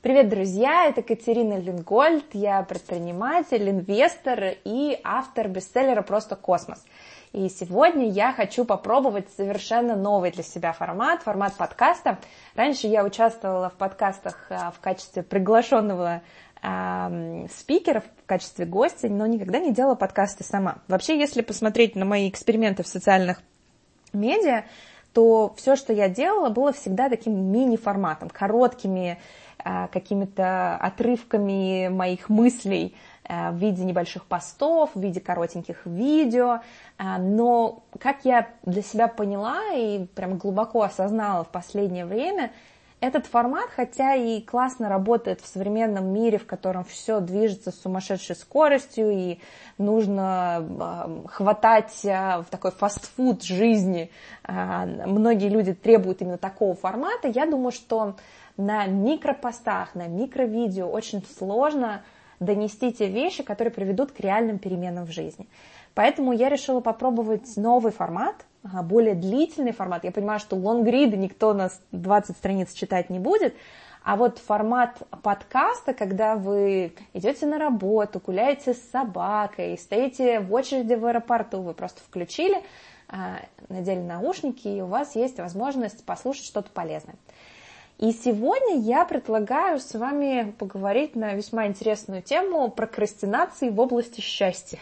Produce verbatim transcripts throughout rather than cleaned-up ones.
Привет, друзья! Это Катерина Лингольд. Я предприниматель, инвестор и автор бестселлера «Просто космос». И сегодня я хочу попробовать совершенно новый для себя формат, формат подкаста. Раньше я участвовала в подкастах в качестве приглашенного э, спикера, в качестве гостя, но никогда не делала подкасты сама. Вообще, если посмотреть на мои эксперименты в социальных медиа, то все, что я делала, было всегда таким мини-форматом, короткими какими-то отрывками моих мыслей в виде небольших постов, в виде коротеньких видео. Но, как я для себя поняла и прям глубоко осознала в последнее время, этот формат, хотя и классно работает в современном мире, в котором все движется с сумасшедшей скоростью, и нужно хватать в такой фастфуд жизни, многие люди требуют именно такого формата, я думаю, что на микропостах, на микровидео очень сложно донести те вещи, которые приведут к реальным переменам в жизни. Поэтому я решила попробовать новый формат, более длительный формат. Я понимаю, что лонгриды никто на двадцать страниц читать не будет, а вот формат подкаста, когда вы идете на работу, гуляете с собакой, стоите в очереди в аэропорту, вы просто включили, надели наушники, и у вас есть возможность послушать что-то полезное. И сегодня я предлагаю с вами поговорить на весьма интересную тему прокрастинации в области счастья.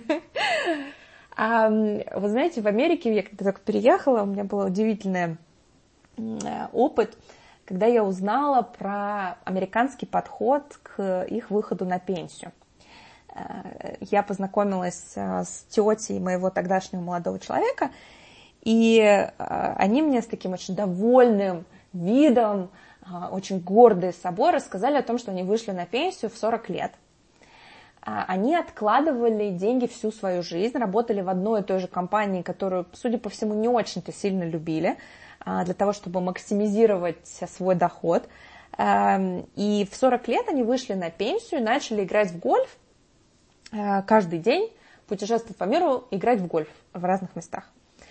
Вы знаете, в Америке, я когда только переехала, у меня был удивительный опыт, когда я узнала про американский подход к их выходу на пенсию. Я познакомилась с тетей моего тогдашнего молодого человека, и они мне с таким очень довольным видом, очень гордые собой, рассказали о том, что они вышли на пенсию в сорок лет. Они откладывали деньги всю свою жизнь, работали в одной и той же компании, которую, судя по всему, не очень-то сильно любили, для того, чтобы максимизировать свой доход. И в сорок лет они вышли на пенсию и начали играть в гольф каждый день, путешествовать по миру, играть в гольф в разных местах.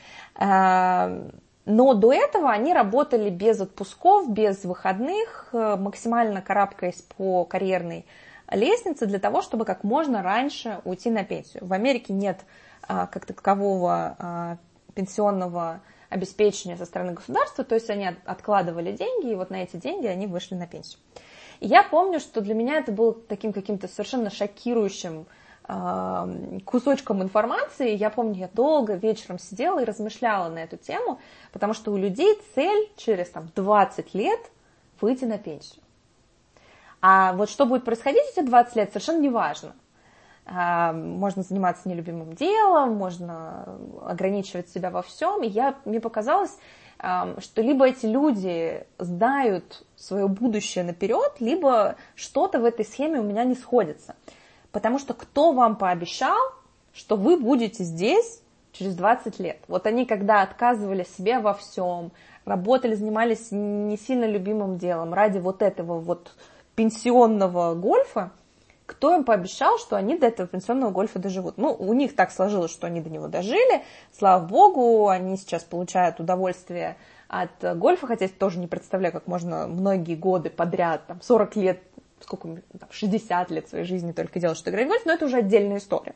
Но до этого они работали без отпусков, без выходных, максимально карабкаясь по карьерной лестнице для того, чтобы как можно раньше уйти на пенсию. В Америке нет а, как такового а, пенсионного обеспечения со стороны государства, то есть они от, откладывали деньги, и вот на эти деньги они вышли на пенсию. И я помню, что для меня это было таким каким-то совершенно шокирующим кусочком информации. Я помню, я долго вечером сидела и размышляла на эту тему, потому что у людей цель через там, двадцать лет выйти на пенсию. А вот что будет происходить эти двадцать лет, совершенно не важно. Можно заниматься нелюбимым делом, можно ограничивать себя во всем. И я, мне показалось, что либо эти люди знают свое будущее наперед, либо что-то в этой схеме у меня не сходится. Потому что кто вам пообещал, что вы будете здесь через двадцать лет? Вот они, когда отказывали себе во всем, работали, занимались не сильно любимым делом ради вот этого вот пенсионного гольфа, кто им пообещал, что они до этого пенсионного гольфа доживут? Ну, у них так сложилось, что они до него дожили, слава богу, они сейчас получают удовольствие от гольфа, хотя я тоже не представляю, как можно многие годы подряд, там, сорок лет, сколько, там, шестьдесят лет своей жизни только делать, что играть в гольф, но это уже отдельная история.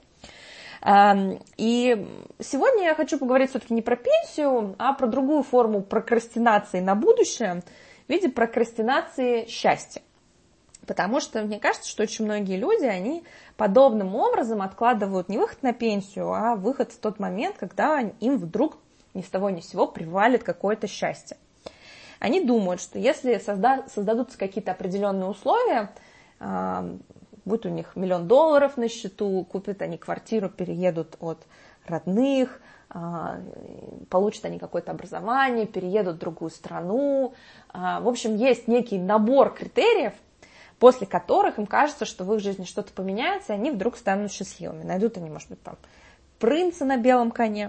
И сегодня я хочу поговорить все-таки не про пенсию, а про другую форму прокрастинации на будущее в виде прокрастинации счастья. Потому что мне кажется, что очень многие люди, они подобным образом откладывают не выход на пенсию, а выход в тот момент, когда им вдруг ни с того ни с сего привалит какое-то счастье. Они думают, что если созда- создадутся какие-то определенные условия, э, будь у них миллион долларов на счету, купят они квартиру, переедут от родных, э, получат они какое-то образование, переедут в другую страну. Э, в общем, есть некий набор критериев, после которых им кажется, что в их жизни что-то поменяется, и они вдруг станут счастливыми. Найдут они, может быть, там, принца на белом коне.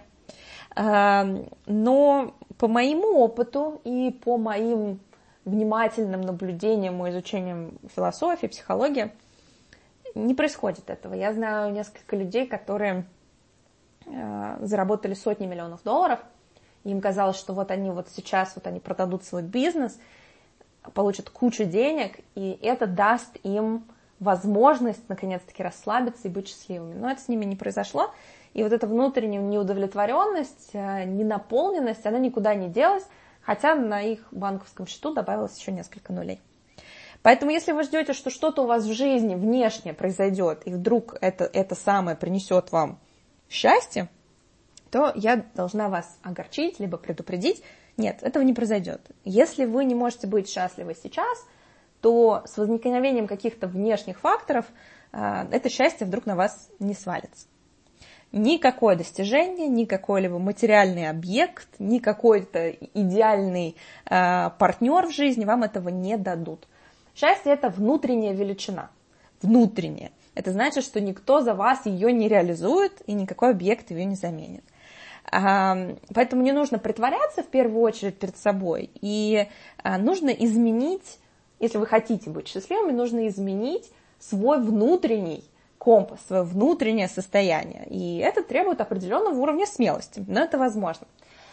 Но по моему опыту и по моим внимательным наблюдениям и изучениям философии, психологии, не происходит этого. Я знаю несколько людей, которые заработали сотни миллионов долларов, и им казалось, что вот они вот сейчас вот они продадут свой бизнес, получат кучу денег, и это даст им возможность наконец-таки расслабиться и быть счастливыми. Но это с ними не произошло, и вот эта внутренняя неудовлетворенность, ненаполненность, она никуда не делась, хотя на их банковском счету добавилось еще несколько нулей. Поэтому если вы ждете, что что-то у вас в жизни внешне произойдет, и вдруг это, это самое принесет вам счастье, то я должна вас огорчить, либо предупредить. Нет, этого не произойдет. Если вы не можете быть счастливы сейчас, то с возникновением каких-то внешних факторов э, это счастье вдруг на вас не свалится. Никакое достижение, ни какой-либо материальный объект, ни какой-то идеальный э, партнер в жизни вам этого не дадут. Счастье – это внутренняя величина. Внутренняя. Это значит, что никто за вас ее не реализует, и никакой объект ее не заменит. Поэтому не нужно притворяться в первую очередь перед собой. И нужно изменить, если вы хотите быть счастливыми, нужно изменить свой внутренний компас, свое внутреннее состояние. И это требует определенного уровня смелости, но это возможно.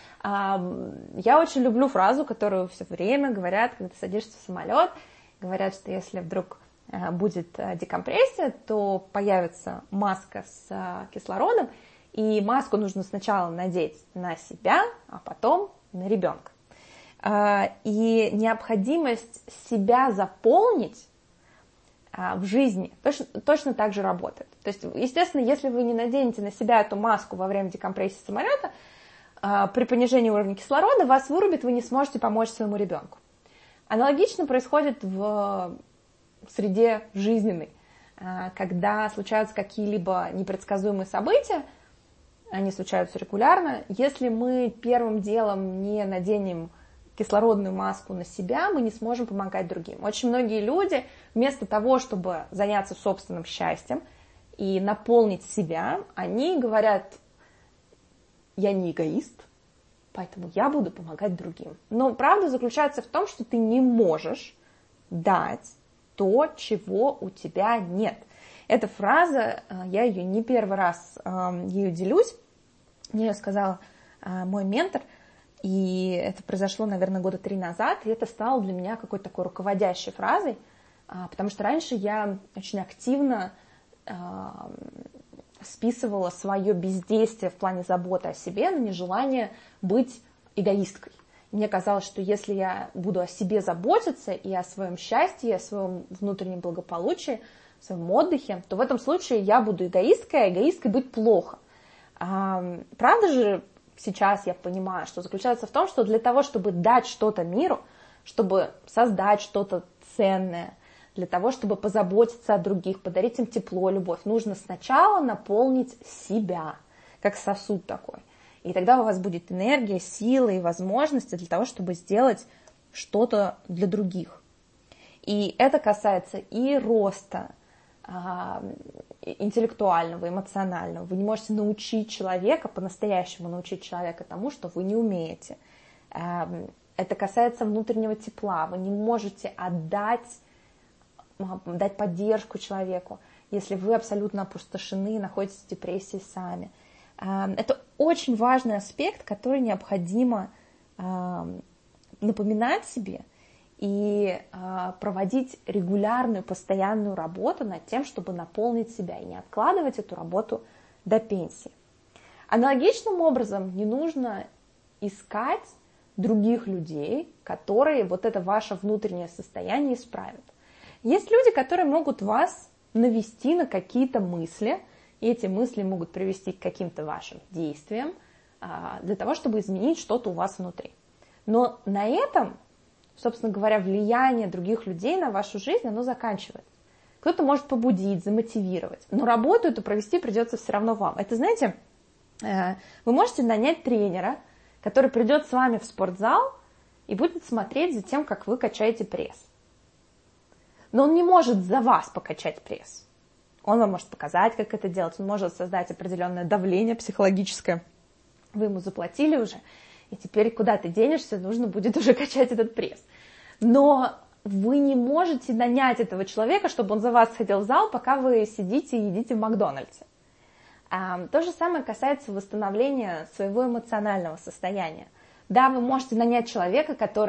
Я очень люблю фразу, которую все время говорят, когда ты садишься в самолет. Говорят, что если вдруг будет декомпрессия, то появится маска с кислородом, и маску нужно сначала надеть на себя, а потом на ребенка. И необходимость себя заполнить в жизни точно, точно так же работает. То есть, естественно, если вы не наденете на себя эту маску во время декомпрессии самолета, при понижении уровня кислорода вас вырубит, вы не сможете помочь своему ребенку. Аналогично происходит в среде жизненной, когда случаются какие-либо непредсказуемые события, они случаются регулярно. Если мы первым делом не наденем кислородную маску на себя, мы не сможем помогать другим. Очень многие люди вместо того, чтобы заняться собственным счастьем и наполнить себя, они говорят: я не эгоист, поэтому я буду помогать другим. Но правда заключается в том, что ты не можешь дать то, чего у тебя нет. Эта фраза, я ее не первый раз ею делюсь, мне ее сказал мой ментор, и это произошло, наверное, года три назад, и это стало для меня какой-то такой руководящей фразой, потому что раньше я очень активно списывала свое бездействие в плане заботы о себе на нежелание быть эгоисткой. Мне казалось, что если я буду о себе заботиться и о своем счастье, и о своем внутреннем благополучии, в своем отдыхе, то в этом случае я буду эгоисткой, а эгоисткой быть плохо. А, правда же, сейчас я понимаю, что заключается в том, что для того, чтобы дать что-то миру, чтобы создать что-то ценное, для того, чтобы позаботиться о других, подарить им тепло, любовь, нужно сначала наполнить себя, как сосуд такой. И тогда у вас будет энергия, сила и возможности для того, чтобы сделать что-то для других. И это касается и роста а, интеллектуального, эмоционального. Вы не можете научить человека, по-настоящему научить человека тому, что вы не умеете. А, это касается внутреннего тепла. Вы не можете отдать, дать поддержку человеку, если вы абсолютно опустошены и находитесь в депрессии сами. Это очень важный аспект, который необходимо напоминать себе и проводить регулярную, постоянную работу над тем, чтобы наполнить себя и не откладывать эту работу до пенсии. Аналогичным образом не нужно искать других людей, которые вот это ваше внутреннее состояние исправят. Есть люди, которые могут вас навести на какие-то мысли, и эти мысли могут привести к каким-то вашим действиям для того, чтобы изменить что-то у вас внутри. Но на этом, собственно говоря, влияние других людей на вашу жизнь, оно заканчивается. Кто-то может побудить, замотивировать, но работу эту провести придется все равно вам. Это, знаете, вы можете нанять тренера, который придет с вами в спортзал и будет смотреть за тем, как вы качаете пресс. Но он не может за вас покачать пресс. Он вам может показать, как это делать, он может создать определенное давление психологическое. Вы ему заплатили уже, и теперь куда ты денешься, нужно будет уже качать этот пресс. Но вы не можете нанять этого человека, чтобы он за вас ходил в зал, пока вы сидите и едите в Макдональдсе. То же самое касается восстановления своего эмоционального состояния. Да, вы можете нанять человека, который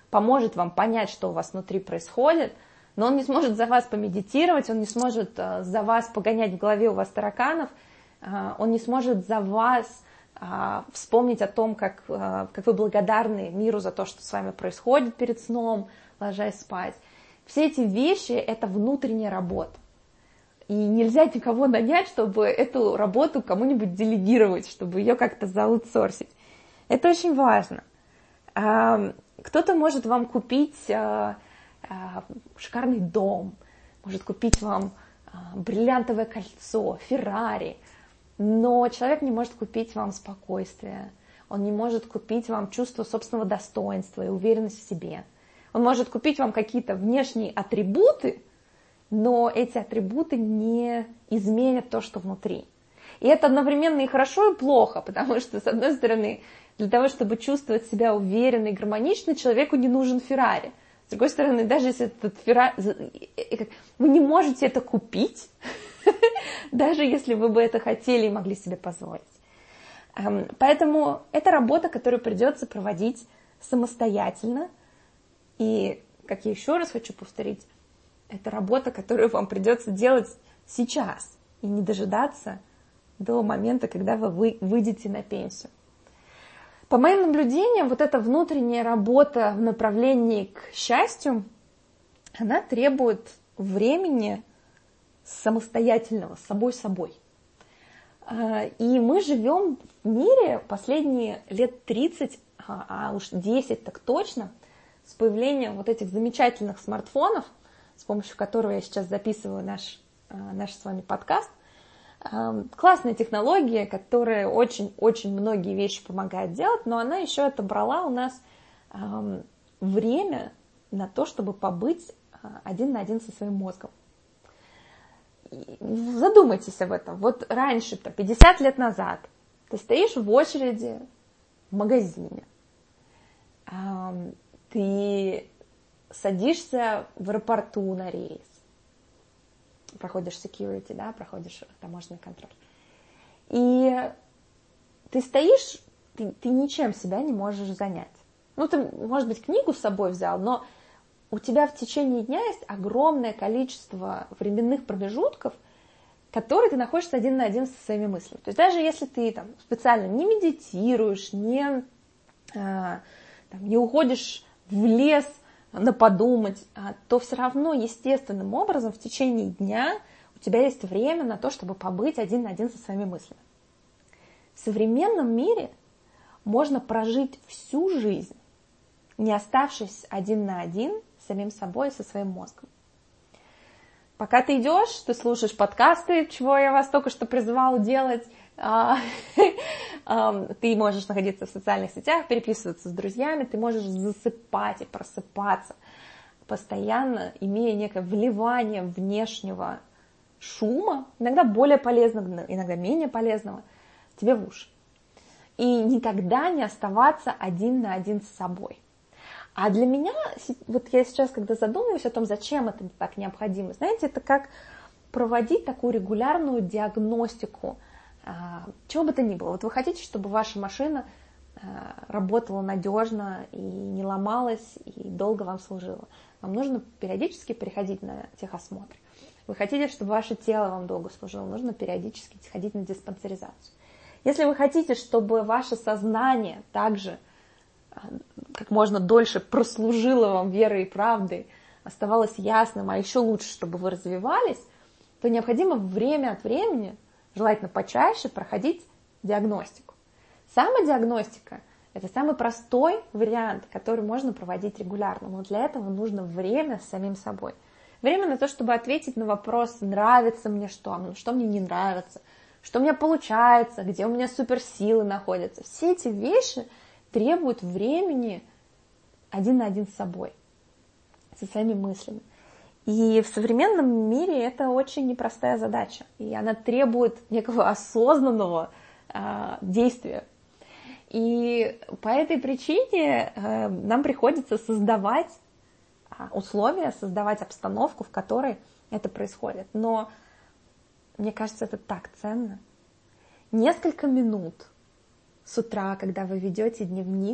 поможет вам понять, что у вас внутри происходит, но он не сможет за вас помедитировать, он не сможет за вас погонять в голове у вас тараканов, он не сможет за вас вспомнить о том, как, как вы благодарны миру за то, что с вами происходит перед сном, ложась спать. Все эти вещи – это внутренняя работа. И нельзя никого нанять, чтобы эту работу кому-нибудь делегировать, чтобы ее как-то зааутсорсить. Это очень важно. Кто-то может вам купить шикарный дом, может купить вам бриллиантовое кольцо, Феррари, но человек не может купить вам спокойствие, он не может купить вам чувство собственного достоинства и уверенность в себе. Он может купить вам какие-то внешние атрибуты, но эти атрибуты не изменят то, что внутри. И это одновременно и хорошо, и плохо, потому что, с одной стороны, для того, чтобы чувствовать себя уверенно и гармонично, человеку не нужен Феррари. С другой стороны, даже если этот Феррари... Вы не можете это купить, даже если вы бы это хотели и могли себе позволить. Поэтому это работа, которую придется проводить самостоятельно. И, как я еще раз хочу повторить, это работа, которую вам придется делать сейчас и не дожидаться до момента, когда вы выйдете на пенсию. По моим наблюдениям, вот эта внутренняя работа в направлении к счастью, она требует времени самостоятельного, с собой-собой. И мы живем в мире последние лет тридцать, а уж десять так точно, с появлением вот этих замечательных смартфонов, с помощью которого я сейчас записываю наш, наш с вами подкаст. Классная технология, которая очень-очень многие вещи помогает делать, но она еще отобрала у нас время на то, чтобы побыть один на один со своим мозгом. Задумайтесь об этом. Вот раньше-то, пятьдесят лет назад, ты стоишь в очереди в магазине, ты садишься в аэропорту на рейс, проходишь security, да, проходишь таможенный контроль, и ты стоишь, ты, ты ничем себя не можешь занять. Ну, ты, может быть, книгу с собой взял, но у тебя в течение дня есть огромное количество временных промежутков, которые ты находишься один на один со своими мыслями. То есть даже если ты там специально не медитируешь, не, а, там, не уходишь в лес на подумать, то все равно естественным образом в течение дня у тебя есть время на то, чтобы побыть один на один со своими мыслями. В современном мире можно прожить всю жизнь, не оставшись один на один с самим собой и со своим мозгом. Пока ты идешь, ты слушаешь подкасты, чего я вас только что призывала делать, ты можешь находиться в социальных сетях, переписываться с друзьями, ты можешь засыпать и просыпаться, постоянно имея некое вливание внешнего шума, иногда более полезного, иногда менее полезного, тебе в уши. И никогда не оставаться один на один с собой. А для меня, вот я сейчас, когда задумываюсь о том, зачем это так необходимо, знаете, это как проводить такую регулярную диагностику, чего бы то ни было. Вот вы хотите, чтобы ваша машина работала надежно и не ломалась, и долго вам служила. Вам нужно периодически приходить на техосмотр. Вы хотите, чтобы ваше тело вам долго служило, нужно периодически ходить на диспансеризацию. Если вы хотите, чтобы ваше сознание также как можно дольше прослужило вам верой и правдой, оставалось ясным, а еще лучше, чтобы вы развивались, то необходимо время от времени, желательно почаще, проходить диагностику. Самодиагностика – это самый простой вариант, который можно проводить регулярно, но для этого нужно время с самим собой. Время на то, чтобы ответить на вопрос, нравится мне что, что мне не нравится, что у меня получается, где у меня суперсилы находятся. Все эти вещи требуют времени один на один с собой, со своими мыслями. И в современном мире это очень непростая задача, и она требует некого осознанного э, действия. И по этой причине э, нам приходится создавать условия, создавать обстановку, в которой это происходит. Но мне кажется, это так ценно. Несколько минут с утра, когда вы ведете дневник,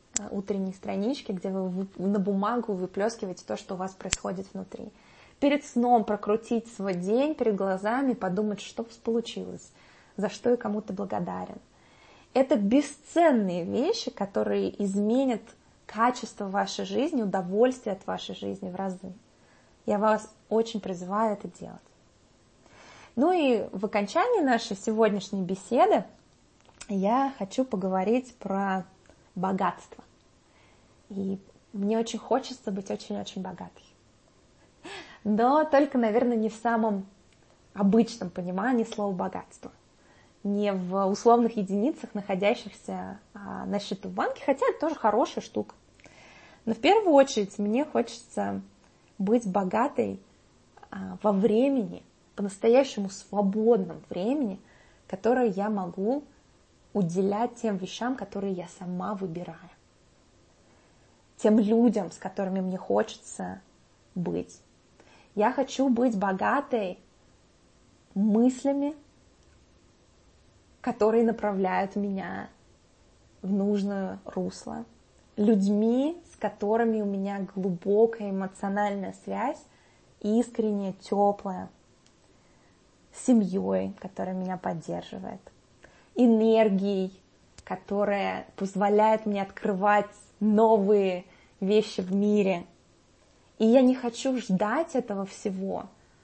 утренней страничке, где вы на бумагу выплескиваете то, что у вас происходит внутри. Перед сном прокрутить свой день перед глазами, подумать, что получилось, за что и кому ты благодарен. Это бесценные вещи, которые изменят качество вашей жизни, удовольствие от вашей жизни в разы. Я вас очень призываю это делать. Ну и в окончании нашей сегодняшней беседы я хочу поговорить про богатство. И мне очень хочется быть очень-очень богатой. Но только, наверное, не в самом обычном понимании слова богатство. Не в условных единицах, находящихся а, на счету в банке, хотя это тоже хорошая штука. Но в первую очередь мне хочется быть богатой а, во времени, по-настоящему свободном времени, которое я могу уделять тем вещам, которые я сама выбираю. Тем людям, с которыми мне хочется быть. Я хочу быть богатой мыслями, которые направляют меня в нужное русло, людьми, с которыми у меня глубокая эмоциональная связь, искренняя, теплая, семьей, которая меня поддерживает, энергией, которая позволяет мне открывать новые вещи в мире. И я не хочу ждать этого всего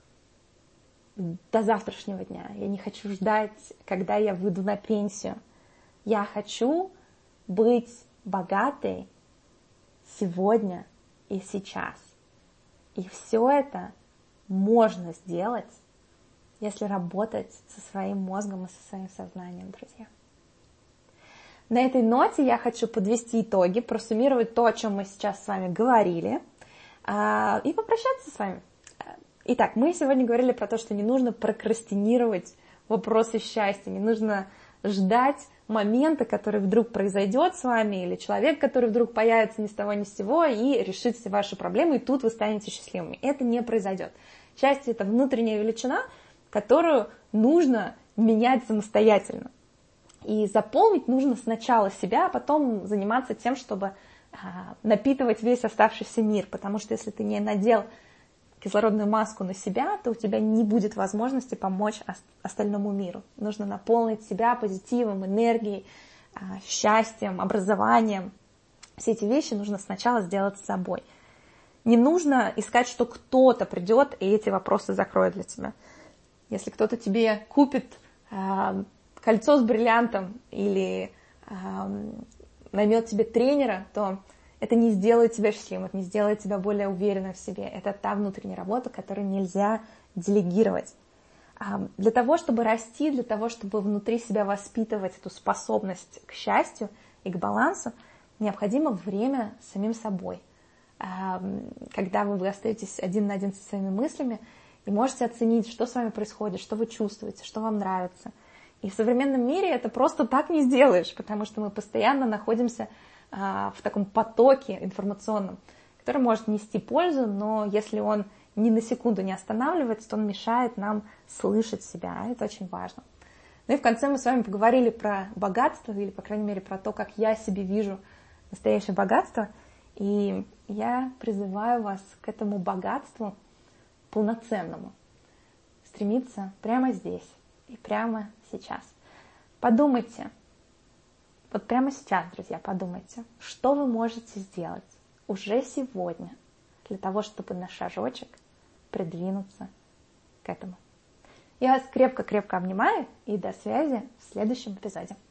до завтрашнего дня. Я не хочу ждать, когда я выйду на пенсию. Я хочу быть богатой сегодня и сейчас. И все это можно сделать, если работать со своим мозгом и со своим сознанием, друзья. На этой ноте я хочу подвести итоги, просуммировать то, о чем мы сейчас с вами говорили, и попрощаться с вами. Итак, мы сегодня говорили про то, что не нужно прокрастинировать вопросы счастья, не нужно ждать момента, который вдруг произойдет с вами, или человек, который вдруг появится ни с того ни с сего и решит все ваши проблемы, и тут вы станете счастливыми. Это не произойдет. Счастье – это внутренняя величина, которую нужно менять самостоятельно. И заполнить нужно сначала себя, а потом заниматься тем, чтобы напитывать весь оставшийся мир. Потому что если ты не надел кислородную маску на себя, то у тебя не будет возможности помочь остальному миру. Нужно наполнить себя позитивом, энергией, счастьем, образованием. Все эти вещи нужно сначала сделать с собой. Не нужно искать, что кто-то придет и эти вопросы закроет для тебя. Если кто-то тебе купит э, кольцо с бриллиантом или э, наймет тебе тренера, то это не сделает тебя счастливым, это не сделает тебя более уверенным в себе. Это та внутренняя работа, которую нельзя делегировать. Э, для того, чтобы расти, для того, чтобы внутри себя воспитывать эту способность к счастью и к балансу, необходимо время с самим собой. Э, когда вы остаетесь один на один со своими мыслями, и можете оценить, что с вами происходит, что вы чувствуете, что вам нравится. И в современном мире это просто так не сделаешь, потому что мы постоянно находимся а, в таком потоке информационном, который может нести пользу, но если он ни на секунду не останавливается, то он мешает нам слышать себя, а это очень важно. Ну и в конце мы с вами поговорили про богатство, или, по крайней мере, про то, как я себе вижу настоящее богатство. И я призываю вас к этому богатству полноценному, стремиться прямо здесь и прямо сейчас. Подумайте, вот прямо сейчас, друзья, подумайте, что вы можете сделать уже сегодня для того, чтобы на шажочек придвинуться к этому. Я вас крепко-крепко обнимаю и до связи в следующем эпизоде.